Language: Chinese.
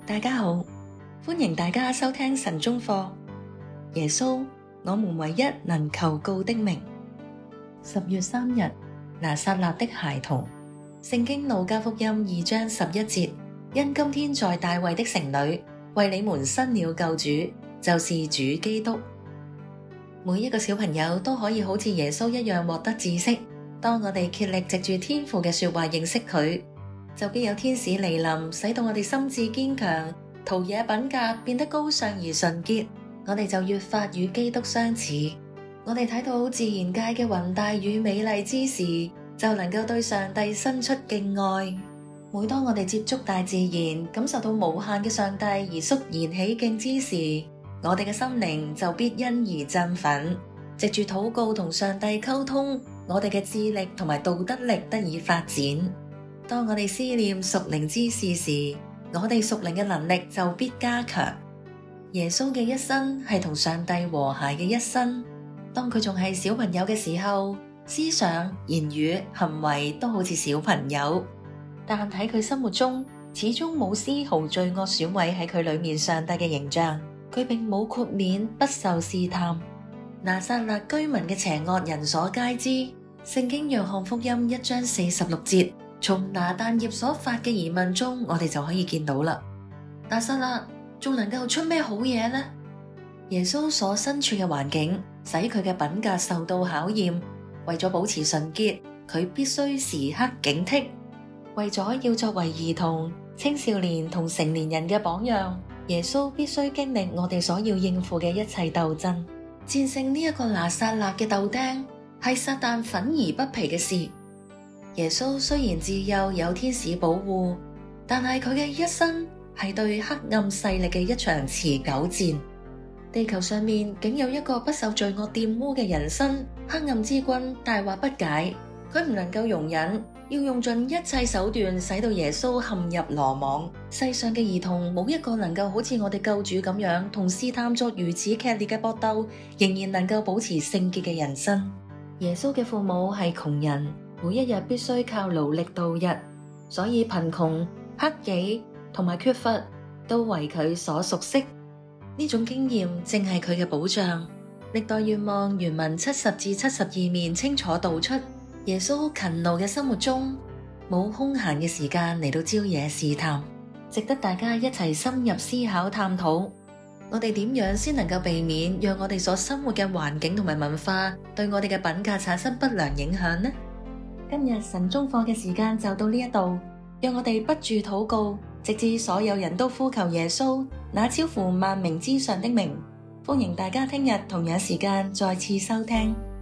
大家好，歡迎大家收聽晨鐘課。耶穌，我們唯一能求告的名。10月3日，拿撒勒的孩童。聖經路加福音2章11節，因今天在大衛的城裏為你們生了救主，就是主基督。每一個小朋友都可以好似耶穌一樣獲得知識。當我哋竭力藉住天父嘅說話認識佢，就必有天使嚟臨，使到我哋心智堅強，陶冶品格變得高尚而純潔。我哋就越發與基督相似。我哋睇到自然界嘅宏大與美麗之時，就能夠對上帝生出敬愛。每當我哋接觸大自然，感受到無限嘅上帝而肅然起敬之時，我哋嘅心靈就必因而振奮。藉住禱告同上帝溝通，我哋嘅智力同埋道德力得以發展。當我哋思念屬靈之事時，我哋屬靈嘅能力就必加強。耶穌嘅一生係同上帝和諧嘅一生。當佢仲係小朋友嘅時候，思想、言語、行為都好似小朋友，但喺佢生活中始終冇絲毫罪惡損毀喺佢裏面上帝嘅形象。佢並冇豁免不受試探。拿撒勒居民嘅邪惡人所皆知。聖經約翰福音1章46節，從拿但業所發嘅疑問中，我哋就可以見到啦。拿撒勒仲能夠出咩好嘢呢？耶穌所身處嘅環境使佢嘅品格受到考驗，為咗保持純潔，佢必須時刻警惕。為咗要作為兒童、青少年同成年人嘅榜樣，耶穌必須經歷我哋所要應付嘅一切鬥爭。戰勝呢一個拿撒勒嘅豆釘，係撒旦憤而不疲嘅事。耶穌雖然自幼有天使保護，但係佢嘅一生係對黑暗勢力嘅一場持久戰。地球上面竟有一個不受罪惡玷污嘅人生，黑暗之君大惑不解，佢唔能夠容忍，要用盡一切手段使到耶穌陷入羅網。世上嘅兒童冇一個能夠好似我哋救主咁樣同試探作如此劇烈嘅搏鬥，仍然能夠保持聖潔嘅人生。耶穌嘅父母係窮人，每一日必須靠勞力度日，所以貧窮、克己同埋缺乏都為佢所熟悉。呢種經驗正係佢嘅保障。歷代願望原文70至72面清楚道出，耶穌勤勞嘅生活中冇空閒嘅時間嚟到招惹試探，值得大家一齊深入思考探討。我哋點樣先能夠避免讓我哋所生活嘅環境同埋文化對我哋嘅品格產生不良影響呢？今日晨鐘課嘅時間就到呢一度，讓我哋不住禱告，直至所有人都呼求耶穌，那超乎萬名之上的名。歡迎大家聽日同樣時間再次收聽。